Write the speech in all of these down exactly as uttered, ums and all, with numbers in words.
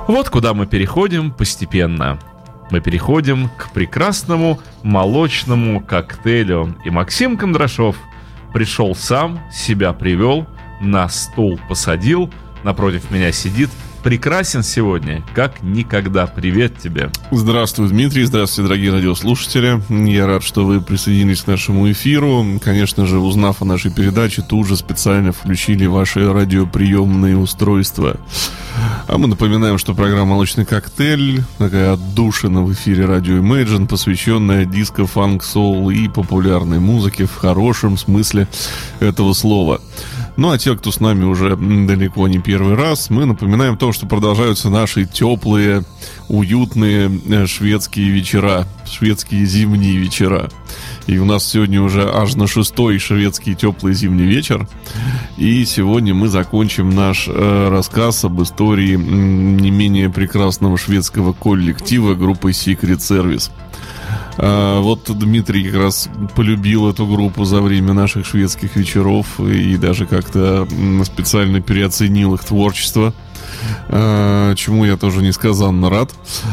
Вот куда мы переходим постепенно. Мы переходим к прекрасному молочному коктейлю. И Максим Кондрашов пришел сам, себя привел, на стул посадил, напротив меня сидит. Прекрасен сегодня, как никогда. Привет тебе. Здравствуй, Дмитрий. Здравствуйте, дорогие радиослушатели. Я рад, что вы присоединились к нашему эфиру. Конечно же, узнав о нашей передаче, тут же специально включили ваши радиоприемные устройства. А мы напоминаем, что программа «Молочный коктейль», такая отдушина в эфире радио Imagine, посвященная диско, фанк, соул и популярной музыке в хорошем смысле этого слова. Ну, а те, кто с нами уже далеко не первый раз, мы напоминаем то, что продолжаются наши теплые, уютные шведские вечера, шведские зимние вечера. И у нас сегодня уже аж на шестой шведский теплый зимний вечер. И сегодня мы закончим наш э, рассказ об истории не менее прекрасного шведского коллектива группы Secret Service. А, вот Дмитрий как раз полюбил эту группу за время наших шведских вечеров и даже как-то специально переоценил их творчество, а, чему я тоже несказанно рад.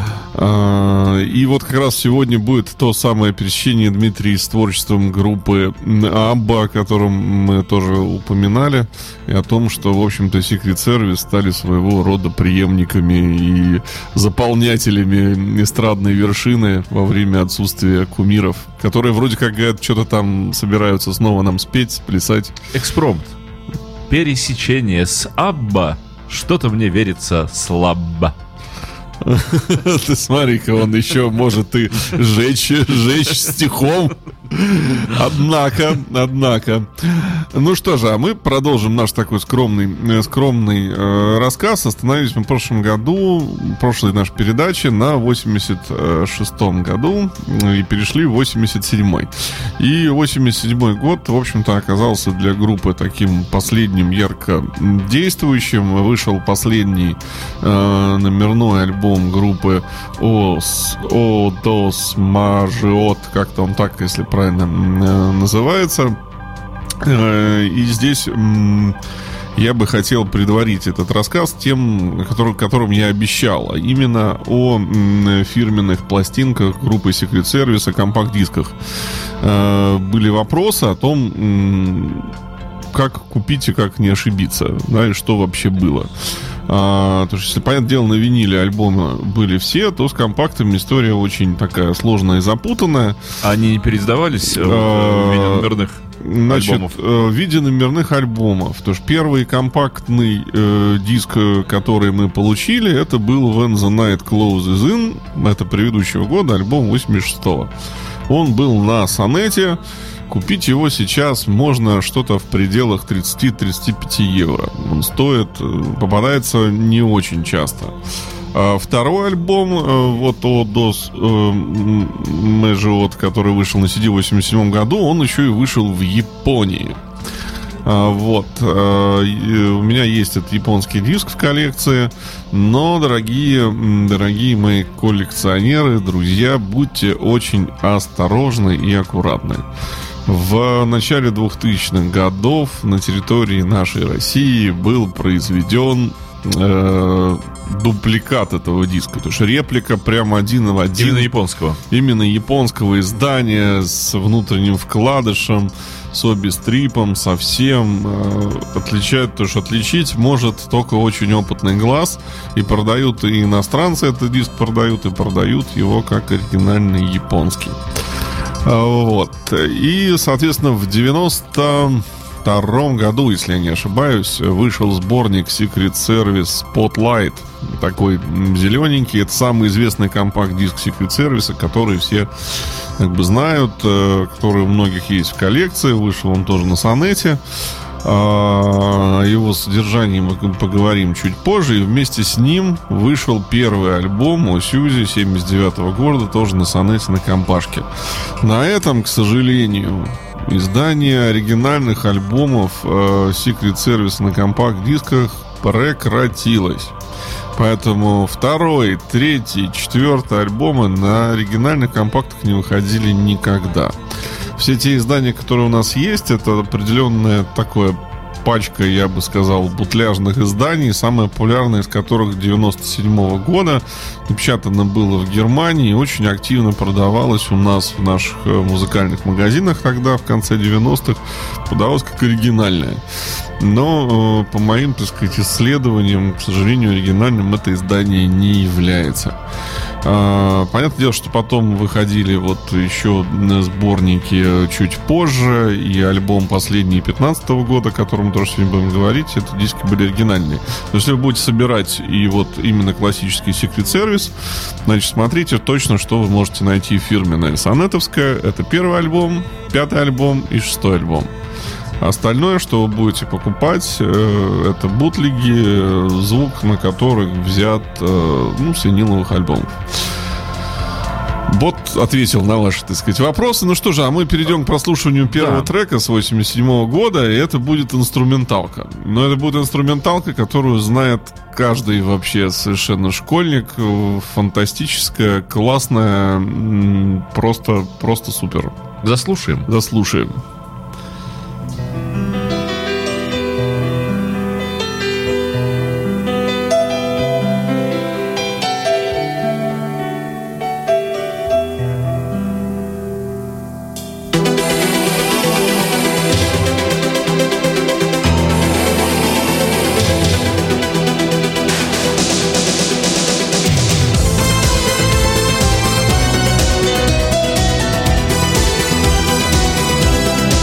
А, и вот как раз сегодня будет то самое пересечение, Дмитрий, с творчеством группы Абба, о котором мы тоже упоминали, и о том, что, в общем-то, Secret Service стали своего рода преемниками и заполнятелями эстрадной вершины во время отсутствия кумиров, которые вроде как, говорят, что-то там собираются снова нам спеть, сплясать. Экспромт. Пересечение с Абба. Что-то мне верится слабо. Ты смотри-ка, он еще может и жечь, жечь стихом. Однако, однако. Ну что же, а мы продолжим наш такой скромный, скромный э, рассказ. Остановились мы в прошлом году, в прошлой нашей передаче, на восемьдесят шестом году и перешли в восемьдесят седьмой. И восемьдесят седьмой год, в общем-то, оказался для группы таким последним ярко действующим. Вышел последний э, номерной альбом группы Ос, Одос Мажиот, как-то он так, если правильно э, называется. Э, и здесь э, я бы хотел предварить этот рассказ тем, который, которым я обещал, а именно о э, фирменных пластинках группы Secret Service, о компакт-дисках. Э, были вопросы о том, э, как купить и как не ошибиться, да, и что вообще было. А, потому что, если, понятное дело, на виниле альбомы были все, то с компактами история очень такая сложная и запутанная. Они не переиздавались в виде номерных Значит, альбомов? в виде номерных альбомов. Потому что первый компактный э, диск, который мы получили, это был When the Night Closes In. Это предыдущего года, альбом восемьдесят шестого. Он был на Сонете. Купить его сейчас можно что-то в пределах тридцать-тридцать пять евро. Он стоит, попадается не очень часто. А второй альбом, вот Одос Мажиот, который вышел на си ди в восемьдесят седьмом году, он еще и вышел в Японии. Вот. У меня есть этот японский диск в коллекции. Но, дорогие, дорогие мои коллекционеры, друзья, будьте очень осторожны и аккуратны. В начале двухтысячных годов на территории нашей России был произведен э, дубликат этого диска. То есть реплика прямо один в один. Именно японского. Именно японского издания с внутренним вкладышем, с оби-стрипом, совсем. Э, отличает, то, что отличить может только очень опытный глаз. И продают, и иностранцы этот диск продают, и продают его как оригинальный японский. Вот. И, соответственно, в девяносто втором году, если я не ошибаюсь, вышел сборник Secret Service Spotlight. Такой зелененький. Это самый известный компакт-диск Secret Service, который все как бы знают, который у многих есть в коллекции. Вышел он тоже на Сонете. О его содержании мы поговорим чуть позже. И вместе с ним вышел первый альбом о Сьюзи семьдесят девятого года, тоже на Сонете, на компашке. На этом, к сожалению, издание оригинальных альбомов э, Secret Service на компакт-дисках прекратилось. Поэтому второй, третий, четвертый альбомы на оригинальных компактах не выходили никогда. Все те издания, которые у нас есть, это определенное такое пачка, я бы сказал, бутляжных изданий, самое популярное из которых девяносто седьмого года. Напечатано было в Германии и очень активно продавалось у нас в наших музыкальных магазинах тогда, в конце девяностых. Подавалось как оригинальное. Но по моим, так сказать, исследованиям, к сожалению, оригинальным это издание не является. Понятное дело, что потом выходили вот еще сборники чуть позже, и альбом последний пятнадцатого года, о котором мы тоже сегодня будем говорить, это диски были оригинальные. Но если вы будете собирать и вот именно классический Secret Service, значит, смотрите точно, что вы можете найти фирменное. Сонетовское — это первый альбом, пятый альбом и шестой альбом. Остальное, что вы будете покупать, это бутлеги, звук на которых взят, ну, с виниловых альбомов. Бот ответил на ваши, так сказать, вопросы. Ну что же, а мы перейдем к прослушиванию первого да. трека с восемьдесят седьмого года, и это будет инструменталка. Но это будет инструменталка, которую знает каждый вообще совершенно школьник. Фантастическая, классная, просто, просто супер. Заслушаем. Заслушаем. We'll be right back.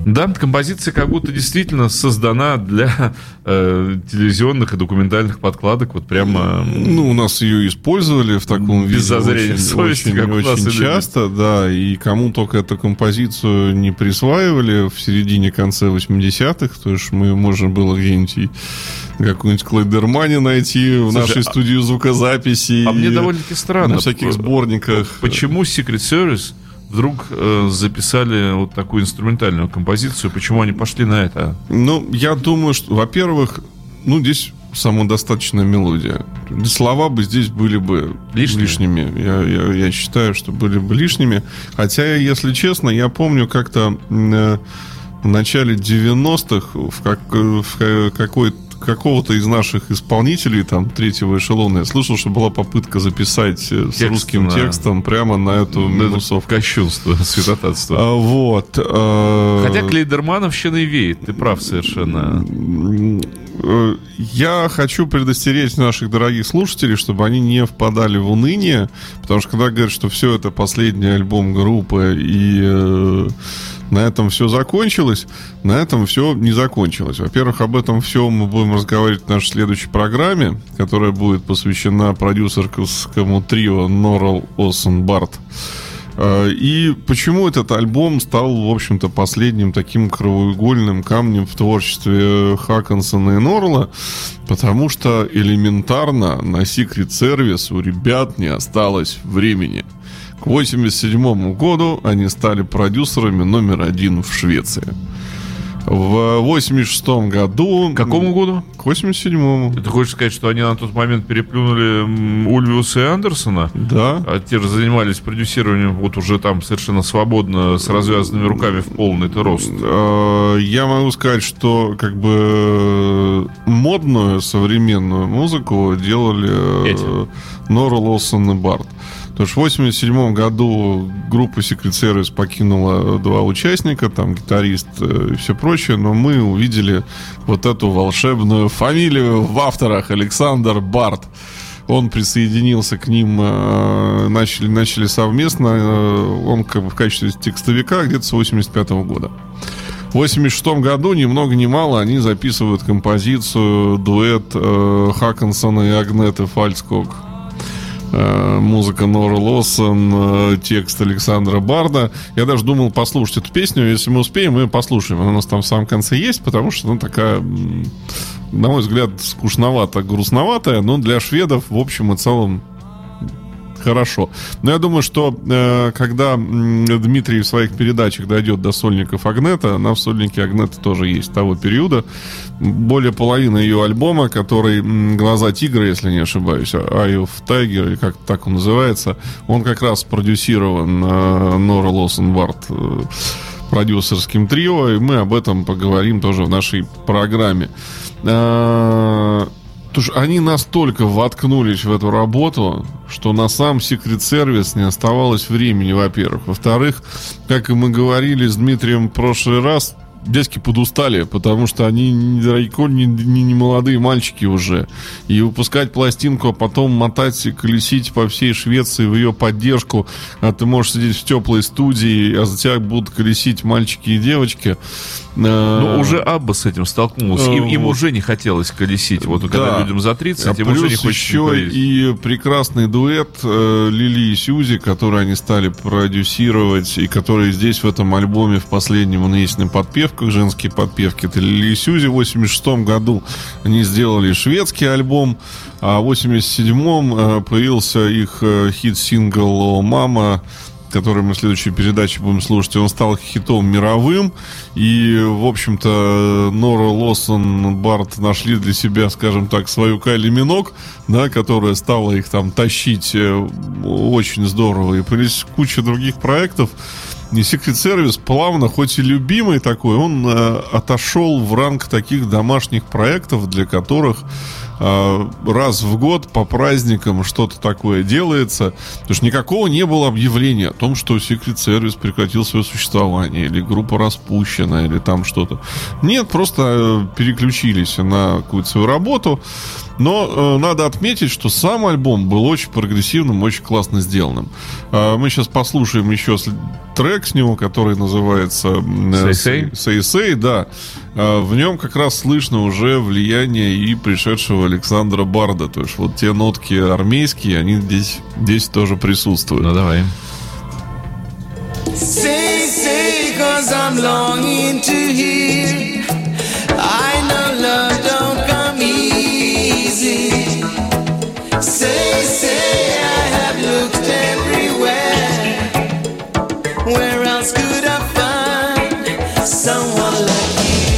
Да, композиция как будто действительно создана для э, телевизионных и документальных подкладок. Вот прямо... Ну, у нас ее использовали в таком без виде зазрения очень, совести, очень, как у нас очень и часто, любят. Да, и кому только эту композицию не присваивали в середине-конце восьмидесятых, то есть мы, можно было где-нибудь и какую-нибудь Клейдермане найти в Слушай, нашей студии звукозаписи. А мне довольно-таки странно. На всяких сборниках. Почему Secret Service вдруг э, записали вот такую инструментальную композицию? Почему они пошли на это? Ну, я думаю, что, во-первых, ну, здесь самодостаточная мелодия. Слова бы здесь были бы лишними. лишними. Я, я, я считаю, что были бы лишними. Хотя, если честно, я помню как-то э, в начале девяностых в, как, в какой-то какого-то из наших исполнителей, там, третьего эшелона, я слышал, что была попытка записать Текст с русским на... текстом прямо на эту минусовку. Кощунство, святотатство. А, вот. А... Хотя Клейдермановщина и веет, ты прав совершенно. Я хочу предостеречь наших дорогих слушателей, чтобы они не впадали в уныние, потому что когда говорят, что все это последний альбом группы и э, на этом все закончилось, на этом все не закончилось. Во-первых, об этом все мы будем разговаривать в нашей следующей программе, которая будет посвящена продюсерскому трио Норрелл, Оссен, Барт. И почему этот альбом стал, в общем-то, последним таким краеугольным камнем в творчестве Хаконсона и Норрелла? Потому что элементарно на Secret Service у ребят не осталось времени. К восемьдесят седьмому году они стали продюсерами номер один в Швеции. В восемьдесят шестом году... К какому году? К восемьдесят седьмому. Ты хочешь сказать, что они на тот момент переплюнули Ульвиуса и Андерсона? Да. А те же занимались продюсированием вот уже там совершенно свободно, с развязанными руками в полный-то рост. Я могу сказать, что как бы модную современную музыку делали Норрелл, Оссен и Барт. Потому что в восемьдесят седьмом году группу Secret Service покинула два участника, там гитарист и все прочее, но мы увидели вот эту волшебную фамилию в авторах — Александр Барт. Он присоединился к ним, начали, начали совместно, он как бы в качестве текстовика где-то с восемьдесят пятого года. В восемьдесят шестом году, ни много ни мало, они записывают композицию, дуэт э, Хаконсона и Агнеты Фальског. Музыка Норрелл, Оссен, текст Александра Барда. Я даже думал послушать эту песню. Если мы успеем, мы ее послушаем. Она у нас там в самом конце есть, потому что она такая, на мой взгляд, скучновато, грустноватая, но для шведов, в общем и целом, хорошо. Но я думаю, что э, когда Дмитрий в своих передачах дойдет до сольников Агнета, она в сольнике Агнета тоже есть того периода. Более половины ее альбома, который «Глаза тигра», если не ошибаюсь, «Eye of Tiger», или как так он называется, он как раз продюсирован э, Норрелл, Оссен, Барт э, продюсерским трио, и мы об этом поговорим тоже в нашей программе. Э, Потому что они настолько воткнулись в эту работу, что на сам Secret Service не оставалось времени, во-первых. Во-вторых, как и мы говорили с Дмитрием в прошлый раз, дядьки подустали, потому что они далеко не, не, не молодые мальчики уже. И выпускать пластинку, а потом мотать и колесить по всей Швеции в ее поддержку, а ты можешь сидеть в теплой студии, а за тебя будут колесить мальчики и девочки. Ну, уже Абба с этим столкнулся. Им, им уже не хотелось колесить. Вот когда да. людям за тридцать, а им уже не хочется еще колесить. И прекрасный дуэт э, Лили и Сьюзи, который они стали продюсировать, и который здесь в этом альбоме в последнем он есть на подпевках, женские подпевки. Это Лили и Сьюзи. В восемьдесят шестом году они сделали шведский альбом, а в восемьдесят седьмом э, появился их э, хит-сингл «О, мама», который мы в следующей передаче будем слушать. Он стал хитом мировым. И, в общем-то, Норрелл, Оссен, Барт нашли для себя, скажем так, свою Кайли Минок, да, которая стала их там тащить очень здорово. И появилась куча других проектов. И Secret Service плавно, хоть и любимый такой, он э, отошел в ранг таких домашних проектов, для которых раз в год по праздникам что-то такое делается. Потому что никакого не было объявления о том, что Secret Service прекратил свое существование, или группа распущена, или там что-то. Нет, просто переключились на какую-то свою работу. Но э, надо отметить, что сам альбом был очень прогрессивным, очень классно сделанным. Э, мы сейчас послушаем еще трек с него, который называется э, Say Say Say, да. Э, в нем как раз слышно уже влияние и пришедшего Александра Барда. То есть вот те нотки армейские, они здесь, здесь тоже присутствуют. Ну давай. Say, say, 'cause I'm longing to hear. I know love don't come easy. Say, say, I have looked everywhere. Where else could I find someone like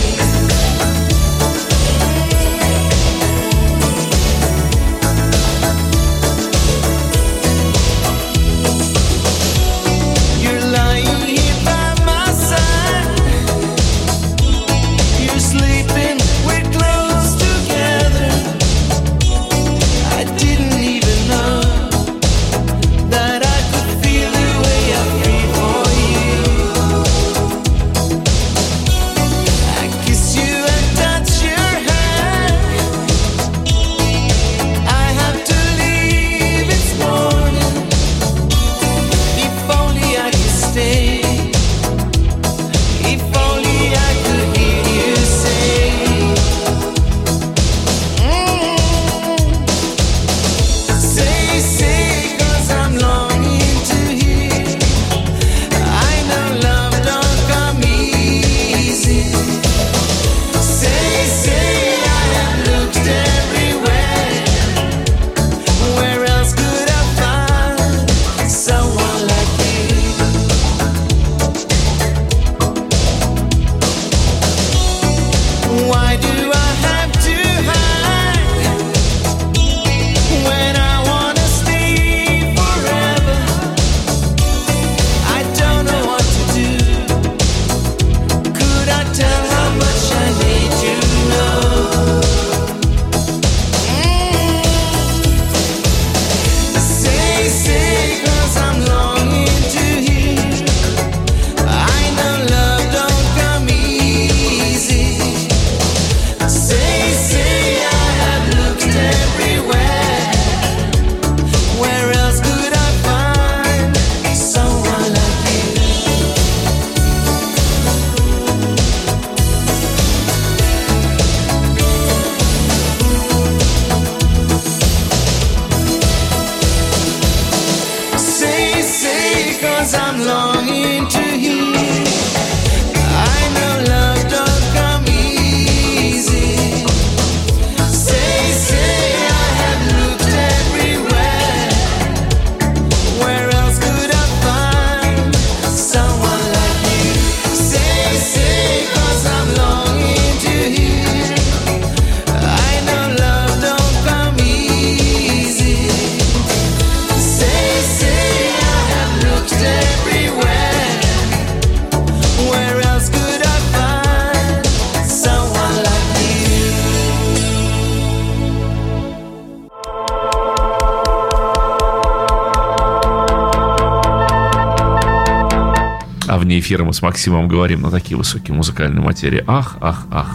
вне эфира мы с Максимом говорим на такие высокие музыкальные материи. Ах, ах, ах.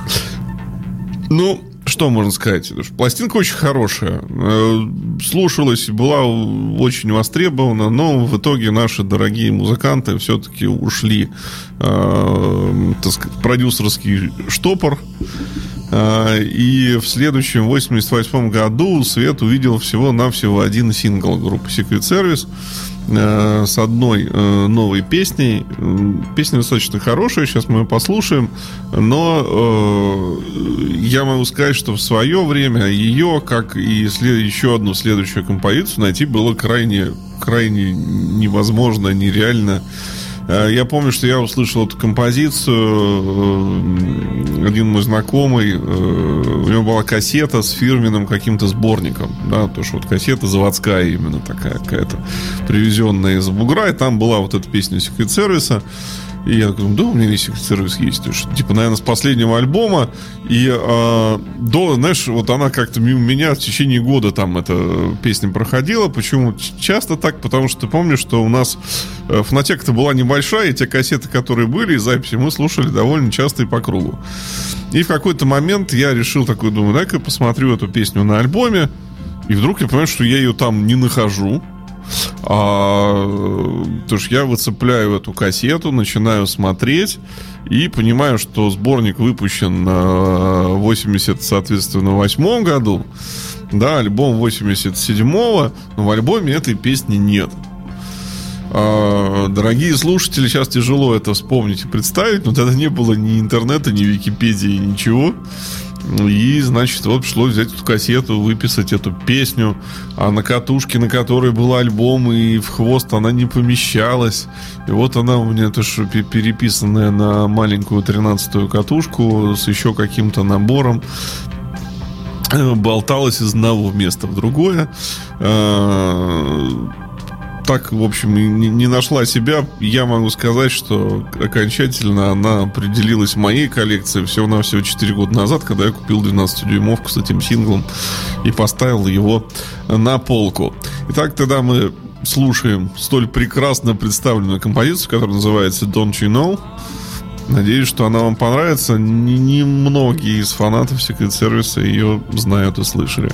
Ну, что можно сказать? Пластинка очень хорошая. Слушалась, была очень востребована, но в итоге наши дорогие музыканты все-таки ушли, э, так сказать, продюсерский штопор. И в следующем, восемьдесят восьмом году, свет увидел всего-навсего один сингл группы Secret Service с одной новой песней. Песня достаточно хорошая, сейчас мы ее послушаем. Но я могу сказать, что в свое время ее, как и след... еще одну следующую композицию, найти было крайне, крайне невозможно, нереально. Я помню, что я услышал эту композицию. Один мой знакомый, у него была кассета с фирменным каким-то сборником, да, потому что вот кассета заводская именно такая какая-то, привезенная из бугра, и там была вот эта песня Secret Service. И я думаю, да, у меня весь сервис есть. То есть, типа, наверное, с последнего альбома. И э, до, знаешь, вот она как-то мимо меня в течение года там эта песня проходила. Почему часто так? Потому что ты помнишь, что у нас э, фонотека-то была небольшая, и те кассеты, которые были, и записи мы слушали довольно часто и по кругу. И в какой-то момент я решил такой, думаю, дай-ка посмотрю эту песню на альбоме. И вдруг я понимаю, что я ее там не нахожу. А, то есть я выцепляю эту кассету, начинаю смотреть и понимаю, что сборник выпущен в восемьдесят, соответственно, восьмом году, да, альбом восемьдесят седьмого, но в альбоме этой песни нет. А, дорогие слушатели, сейчас тяжело это вспомнить и представить, но тогда не было ни интернета, ни Википедии, ничего. И, значит, вот пришлось взять эту кассету, выписать эту песню. А на катушке, на которой был альбом, и в хвост она не помещалась. И вот она у меня тоже переписанная на маленькую тринадцатую катушку с еще каким-то набором. Болталась из одного места в другое. Так, в общем, не, не нашла себя. Я могу сказать, что окончательно она определилась в моей коллекции всего-навсего четыре года назад, когда я купил двенадцатидюймовку с этим синглом и поставил его на полку. Итак, тогда мы слушаем столь прекрасно представленную композицию, которая называется Don't You Know. Надеюсь, что она вам понравится. Немногие из фанатов Secret Service ее знают и слышали.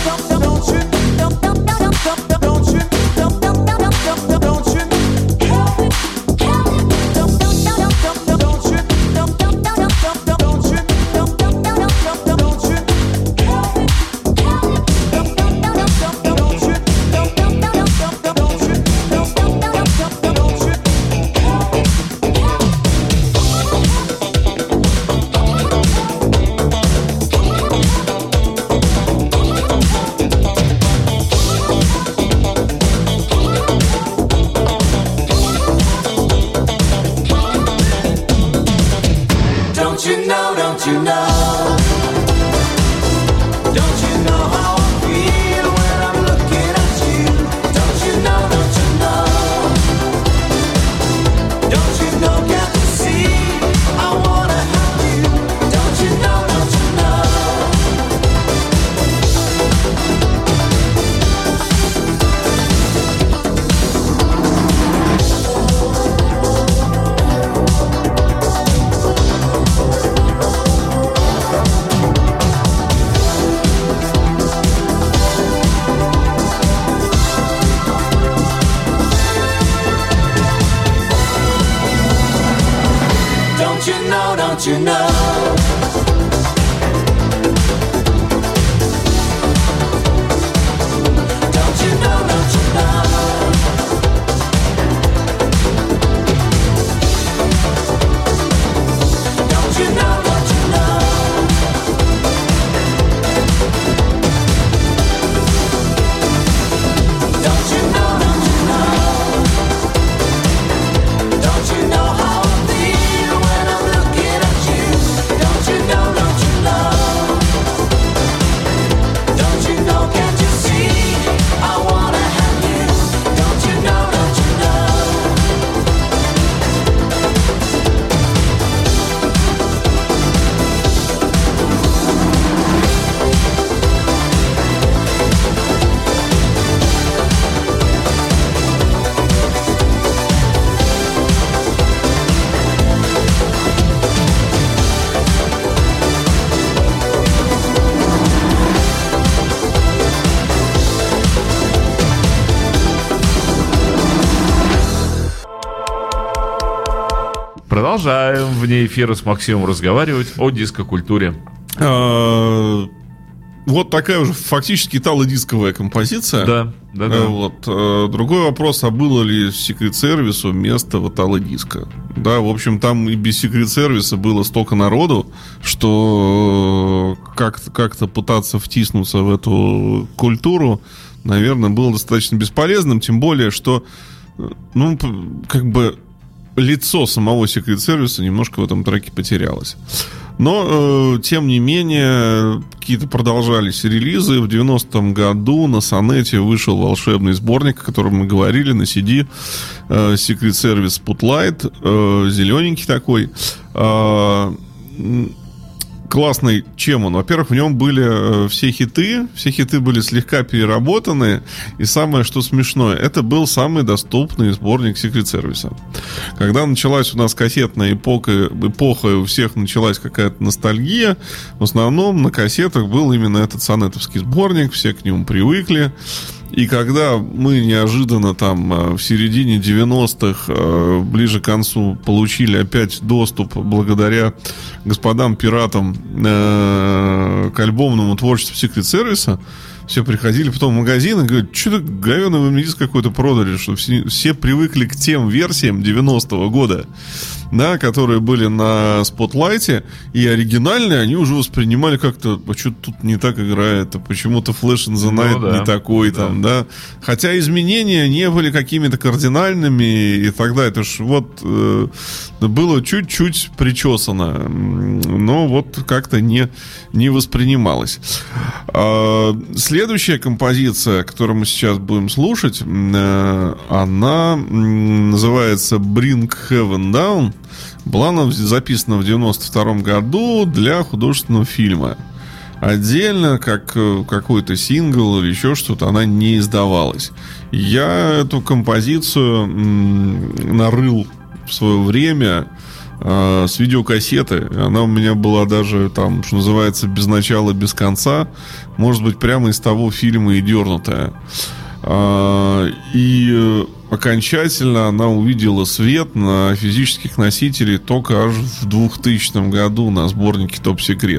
Don't you don't you know? Don't you know how I feel when I'm looking at you? Don't you know, don't you know? Don't you know, can't you see? I wanna have you. Don't you know, don't you know? Don't you know, don't you know? Don't you know, don't you know? Don't you know, don't you know? Don't you know, don't you know? Don't you know how I feel when I'm looking at you? Don't you know, don't you know? Don't you know, can't you see? I wanna have you. Don't you know, don't you know? Продолжаем вне эфира с Максимом разговаривать о дискокультуре. А, Вот такая уже фактически итало-дисковая композиция. Да, да, да. Э, Вот. э, Другой вопрос, а было ли Secret Service место в итало-диско? Да, в общем, там и без Secret Service было столько народу, что э, как-то, как-то пытаться втиснуться в эту культуру, наверное, было достаточно бесполезным. Тем более, что, э, ну, п- как бы лицо самого Secret Service немножко в этом треке потерялось. Но, э, тем не менее, какие-то продолжались релизы. В девяностом году на Сонете вышел волшебный сборник, о котором мы говорили, на си ди. э, Secret Service Spotlight, э, зелененький такой. Э, классный, чем он? Во-первых, в нем были э, все хиты. Все хиты были слегка переработаны. И самое, что смешное, это был самый доступный сборник Secret Service. Когда началась у нас кассетная эпоха, эпоха, и у всех началась какая-то ностальгия, в основном на кассетах был именно этот сонетовский сборник, все к нему привыкли. И когда мы неожиданно там в середине девяностых, ближе к концу, получили опять доступ благодаря господам-пиратам к альбомному творчеству Secret Service, все приходили потом в магазин и говорят, что-то говёный вы мне диск какой-то продали, что все, все привыкли к тем версиям девяностого года, да, которые были на Spotlight'е, и оригинальные они уже воспринимали как-то, а что тут не так играет, а почему-то Flash in the Night ну, да. не такой да. там, да. Хотя изменения не были какими-то кардинальными и так далее. Это ж вот э, было чуть-чуть причесано, но вот как-то не, не воспринималось. А, следующая композиция, которую мы сейчас будем слушать, э, она называется Bring Heaven Down. Была она записана в девяносто втором году для художественного фильма. Отдельно, как какой-то сингл или еще что-то, она не издавалась. Я эту композицию м- нарыл в свое время э, с видеокассеты. Она у меня была даже там, что называется, без начала, без конца. Может быть, прямо из того фильма и дернутая. Э, и окончательно она увидела свет на физических носителях только аж в двухтысячном году на сборнике Top Secret.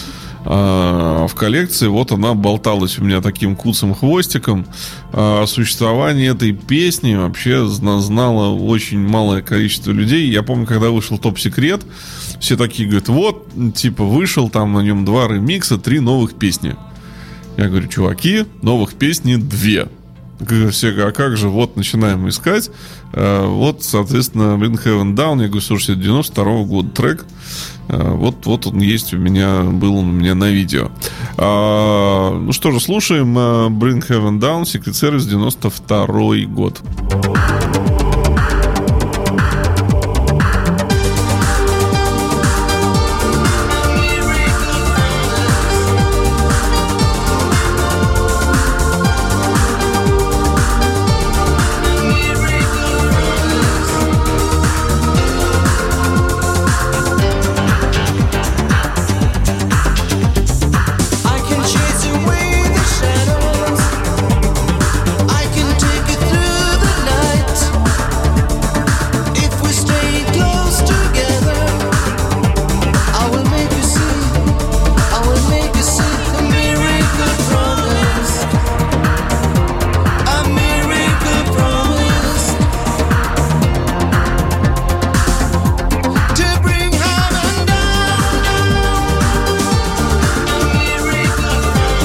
В коллекции вот она болталась у меня таким куцым хвостиком. О существовании этой песни вообще знало очень малое количество людей. Я помню, когда вышел Top Secret, все такие говорят, вот, типа, вышел там на нем два ремикса, три новых песни. Я говорю, чуваки, новых песни две. Как все, а как же, вот начинаем искать. А, вот, соответственно, Bring Heaven Down. Я говорю, слушайте, это девяносто второго года трек. А, вот, вот он есть у меня, был он у меня на видео. А, ну что же, слушаем Bring Heaven Down, Secret Service, девяносто второй год. I can chase away the shadows. I can take it through the night. If we stay close together, I will make you see. I will make you see a miracle promised. A miracle promised to bring heaven down. A miracle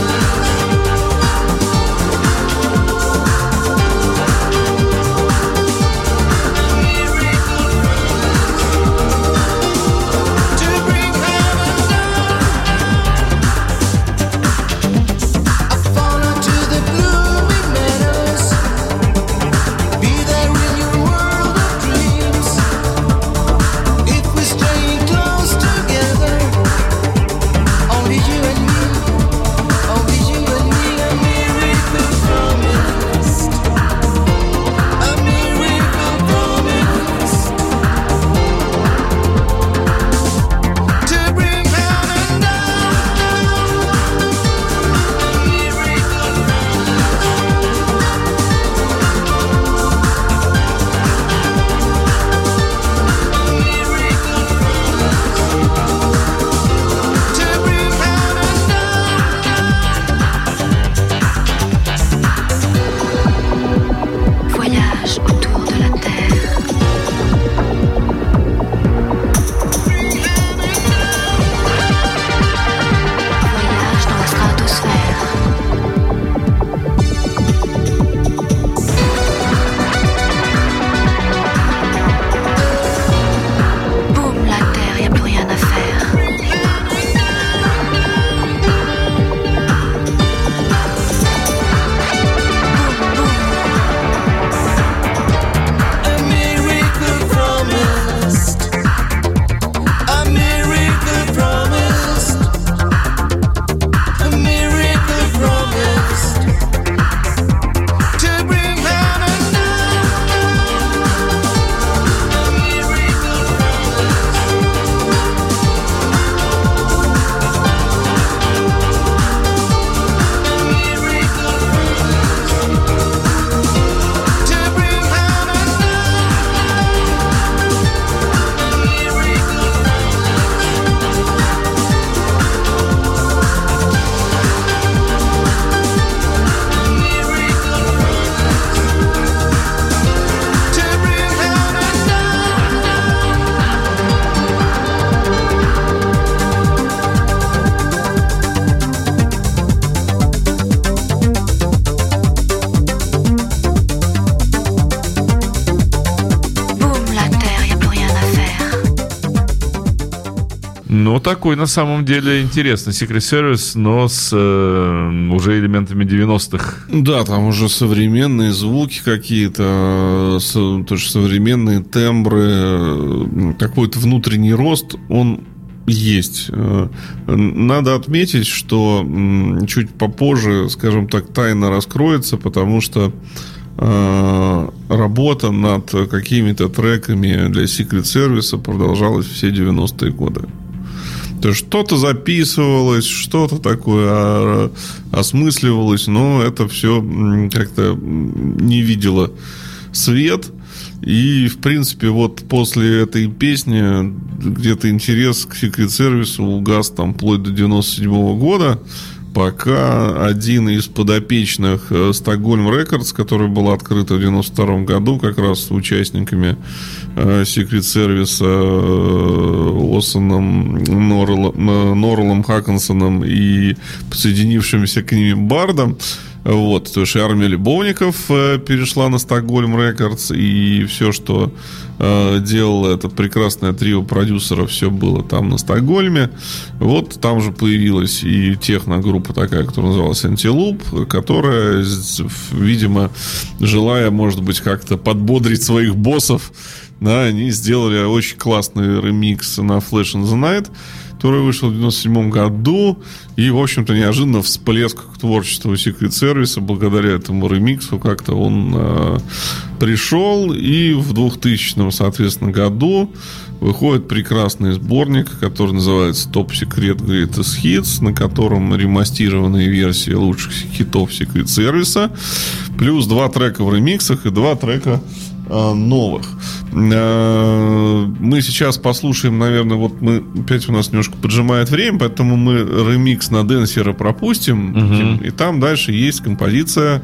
to bring heaven down. I follow to the gloomy meadows. Be there in your world of dreams. If we stay close together, only you and me, only you and me, a miracle promised. A miracle promised to bring heaven down. A miracle to bring heaven down. Voyage autour de la Terre. Voyage dans la stratosphère. Boum, la Terre, y a plus rien à faire. A miracle promised. A miracle promised. A miracle promised to bring heaven down. A miracle to bring heaven to bring heaven Boum, la Terre, y a plus rien à faire. Ну, такой на самом деле интересный Secret Service, но с э, уже элементами девяностых. Да, там уже современные звуки какие-то, со- тоже современные тембры, э, какой-то внутренний рост, он есть. Э, Надо отметить, что м, чуть попозже, скажем так, тайна раскроется, потому что э, работа над какими-то треками для Secret Service продолжалась все девяностые годы. То есть что-то записывалось, что-то такое а, осмысливалось, но это все м, как-то м, не видело свет. И, в принципе, вот после этой песни где-то интерес к Secret Service угас там вплоть до девяносто седьмого года, пока один из подопечных Stockholm Records, который был открыт в девяносто втором году, как раз с участниками Secret Service Осаном, Норрелом, Хаккинсоном и подсоединившимся к ним Бардом, Вот, то есть и армия любовников э, перешла на Stockholm Records, и все, что э, делало это прекрасное трио продюсеров, все было там на Стокгольме. Вот там же появилась и техногруппа такая, которая называлась Antiloop, которая, видимо, желая, может быть, как-то подбодрить своих боссов, да, они сделали очень классный ремикс на Flash in the Night, который вышел в девяносто седьмом году. И, в общем-то, неожиданно всплеск к творчеству Secret Service благодаря этому ремиксу как-то он э, пришел. И в двухтысячном, соответственно, году выходит прекрасный сборник, который называется Top Secret Greatest Hits, на котором ремастированные версии лучших хитов Secret Service, плюс два трека в ремиксах и два трека новых. Мы сейчас послушаем, наверное, вот мы опять у нас немножко поджимает время, поэтому мы ремикс на Денсера пропустим, угу. И там дальше есть композиция.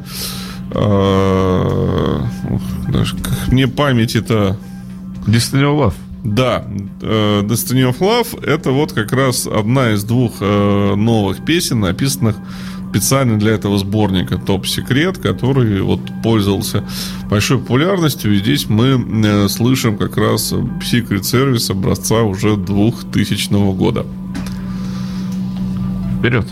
Даже как мне память это Destiny of Love. Да, Destiny of Love это вот как раз одна из двух новых песен, написанных специально для этого сборника Top Secret, который вот пользовался большой популярностью. И здесь мы э, слышим как раз Secret Service образца уже двухтысячного года. Вперед!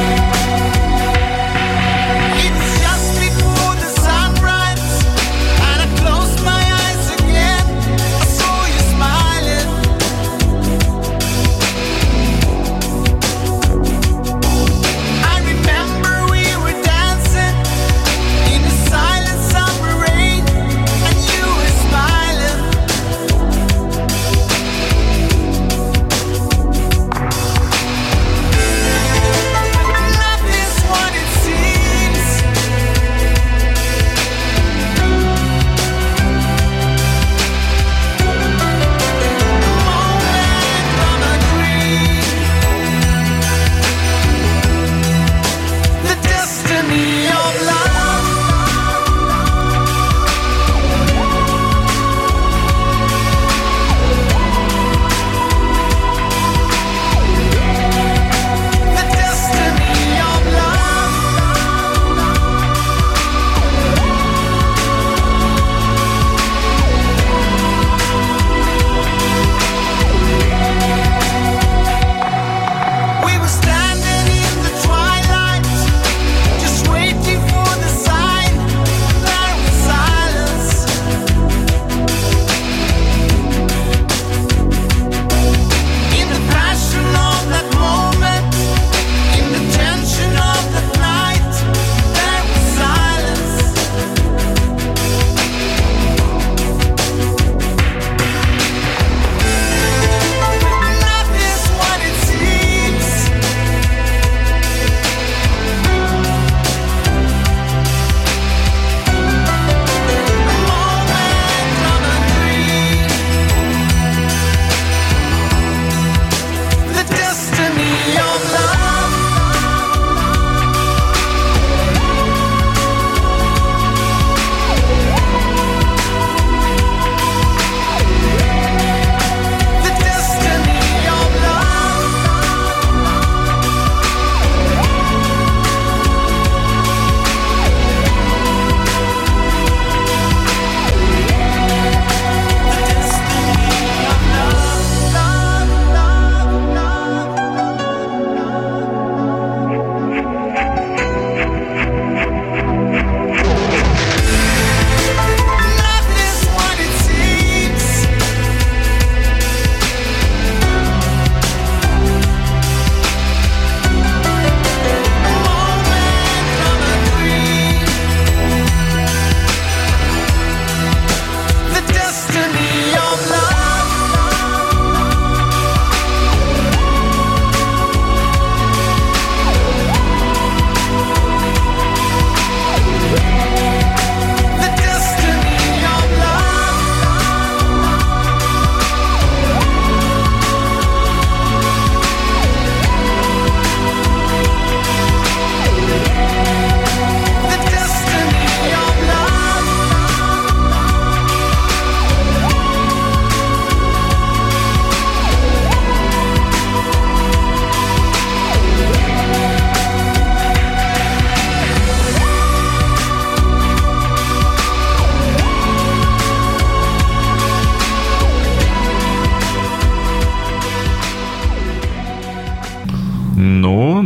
It's just before the sunrise, and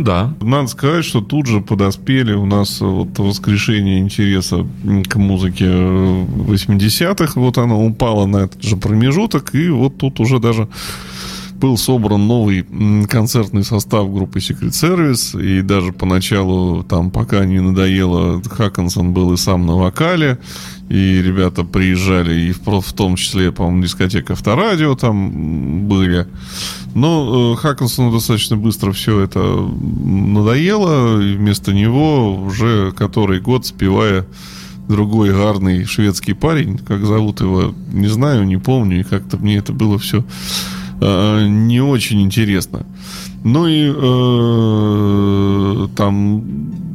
да. Надо сказать, что тут же подоспели у нас вот воскрешение интереса к музыке восьмидесятых. Вот оно упало на этот же промежуток. И вот тут уже даже был собран новый концертный состав группы Secret Service. И даже поначалу, там, пока не надоело, Хаккинсон был и сам на вокале. И ребята приезжали, и в, в том числе, по-моему, дискотека Авторадио там были. Но э, Хаккинсону достаточно быстро все это надоело. И вместо него уже который год, спевая другой гарный шведский парень, как зовут его, не знаю, не помню. И как-то мне это было все э, не очень интересно. Ну и э, там...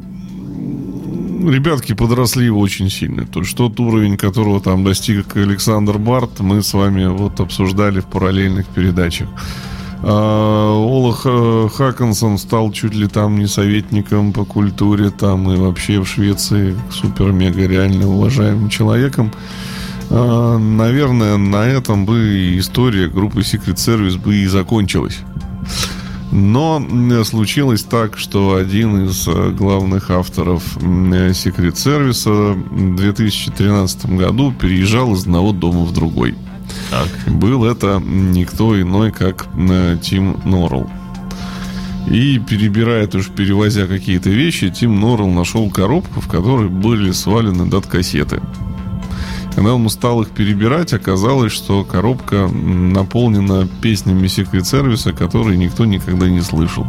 ребятки подросли очень сильно. То есть тот уровень, которого там достиг Александр Барт, мы с вами вот обсуждали в параллельных передачах. А Ола Хаккинсон стал чуть ли там не советником по культуре, там и вообще в Швеции супер-мега реально уважаемым человеком. А, наверное, на этом бы история группы Secret Service бы и закончилась. Но случилось так, что один из главных авторов Secret Service в две тысячи тринадцатом году переезжал из одного дома в другой. Так. Был это никто иной, как Тим Норрелл. И перебирая, то есть перевозя какие-то вещи, Тим Норрелл нашел коробку, в которой были свалены дат-кассеты. Когда он стал их перебирать, оказалось, что коробка наполнена песнями Secret Service, которые никто никогда не слышал.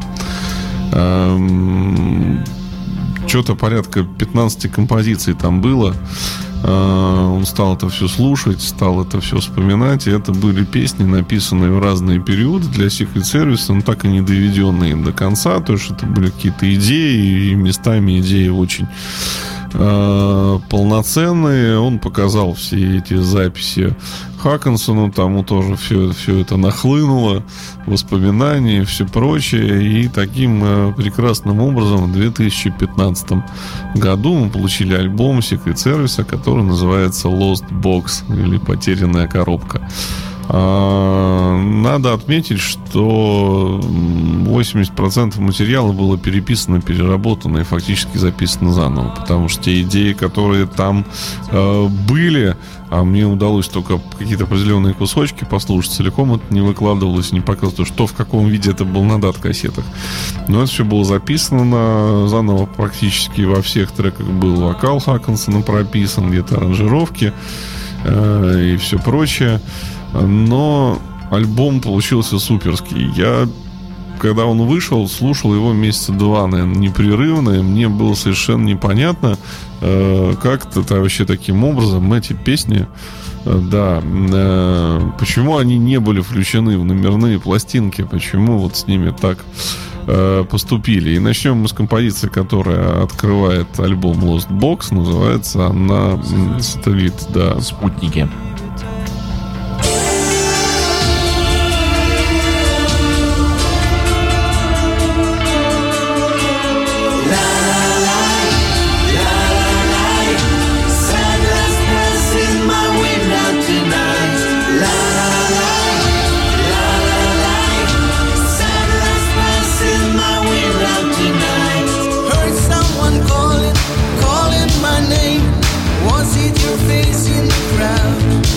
Что-то порядка пятнадцати композиций там было. Он стал это все слушать, стал это все вспоминать. И это были песни, написанные в разные периоды для Secret Service, но так и не доведенные до конца. То есть это были какие-то идеи, и местами идеи очень полноценные. Он показал все эти записи Хаккинсону, тому тоже все, все это нахлынуло, воспоминания и все прочее. И таким э, прекрасным образом в две тысячи пятнадцатом году мы получили альбом Secret Service, который называется Lost Box, или «Потерянная коробка». Надо отметить, что восемьдесят процентов материала было переписано, переработано и фактически записано заново. Потому что те идеи, которые там э, были, а мне удалось только какие-то определенные кусочки послушать, целиком это не выкладывалось, не показывалось, что в каком виде это было на дат-кассетах. Но это все было записано на, заново практически во всех треках. Был вокал Хаккинсона прописан, где-то аранжировки э, и все прочее. Но альбом получился суперский. Я, когда он вышел, слушал его месяца два, наверное, непрерывно. И мне было совершенно непонятно, э, как-то вообще таким образом эти песни, э, да, э, почему они не были включены в номерные пластинки, почему вот с ними так э, поступили. И начнем мы с композиции, которая открывает альбом Lost Box. Называется она «Сателлит», да. «Спутники». Heard someone calling, calling my name. Was it your face in the crowd?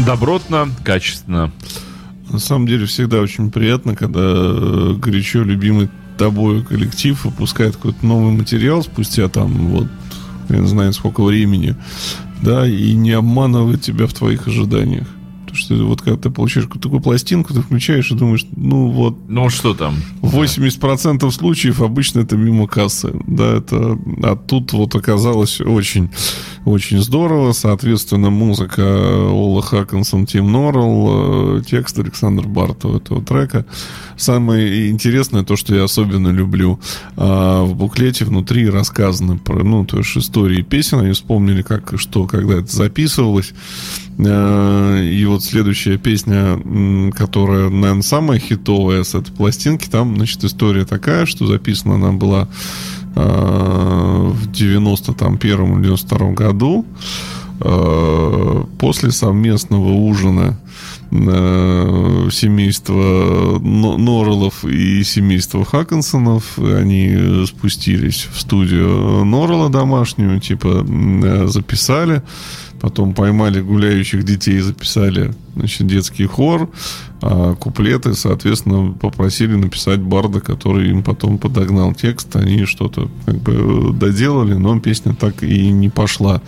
Добротно, качественно. На самом деле всегда очень приятно, когда э, горячо любимый тобой коллектив выпускает какой-то новый материал спустя там вот, я не знаю, сколько времени, да, и не обманывает тебя в твоих ожиданиях. Потому что вот когда ты получаешь какую-то такую пластинку, ты включаешь и думаешь, ну вот... Ну что там? восемьдесят процентов случаев обычно это мимо кассы. Да, это... А тут вот оказалось очень, очень здорово. Соответственно, музыка Ола Хаккинсон, Тим Норрелл, текст Александр Бартов этого трека. Самое интересное, то, что я особенно люблю, в буклете внутри рассказаны про, ну, то есть истории песен. Они вспомнили, как, что, когда это записывалось. И вот следующая песня, которая, наверное, самая хитовая с этой пластинки, там, значит, история такая, что записана она была в девяносто первом или девяносто втором году после совместного ужина семейства Норреллов и семейства Хаккинсонов. Они спустились в студию Норрелла домашнюю, типа записали. Потом поймали гуляющих детей и записали, значит, детский хор, а куплеты, соответственно, попросили написать барда, который им потом подогнал текст. Они что-то как бы доделали, но песня так и не пошла,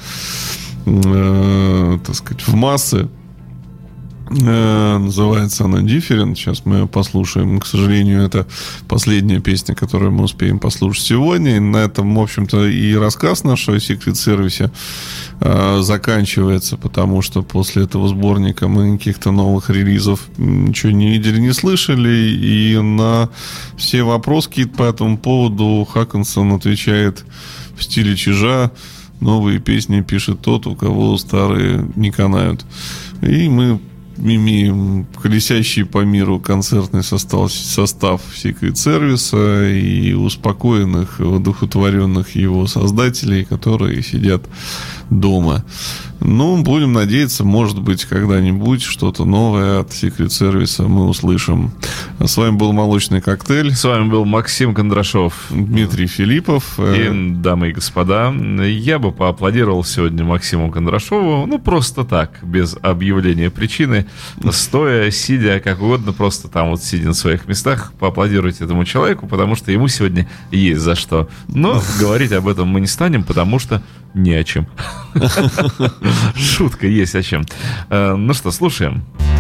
э, так сказать, в массы. Э, называется она Different. Сейчас мы ее послушаем. К сожалению, это последняя песня, которую мы успеем послушать сегодня. И на этом, в общем-то, и рассказ нашего Secret Service э, заканчивается, потому что после этого сборника мы каких-то новых релизов ничего не видели, не слышали. И на все вопросы по этому поводу Хаккинсон отвечает в стиле Чижа: новые песни пишет тот, у кого старые не канают. И мы имеем колесящий по миру концертный состав, состав Secret Service и успокоенных, одухотворенных его создателей, которые сидят дома. Ну, будем надеяться, может быть, когда-нибудь что-то новое от Secret Service мы услышим. А с вами был «Молочный коктейль». С вами был Максим Кондрашов, Дмитрий Филиппов. И, дамы и господа, я бы поаплодировал сегодня Максиму Кондрашову, ну, просто так, без объявления причины, стоя, сидя, как угодно, просто там вот сидя на своих местах, поаплодируйте этому человеку, потому что ему сегодня есть за что. Но говорить об этом мы не станем, потому что не о чем. Шутка, есть о чем. Ну что, слушаем.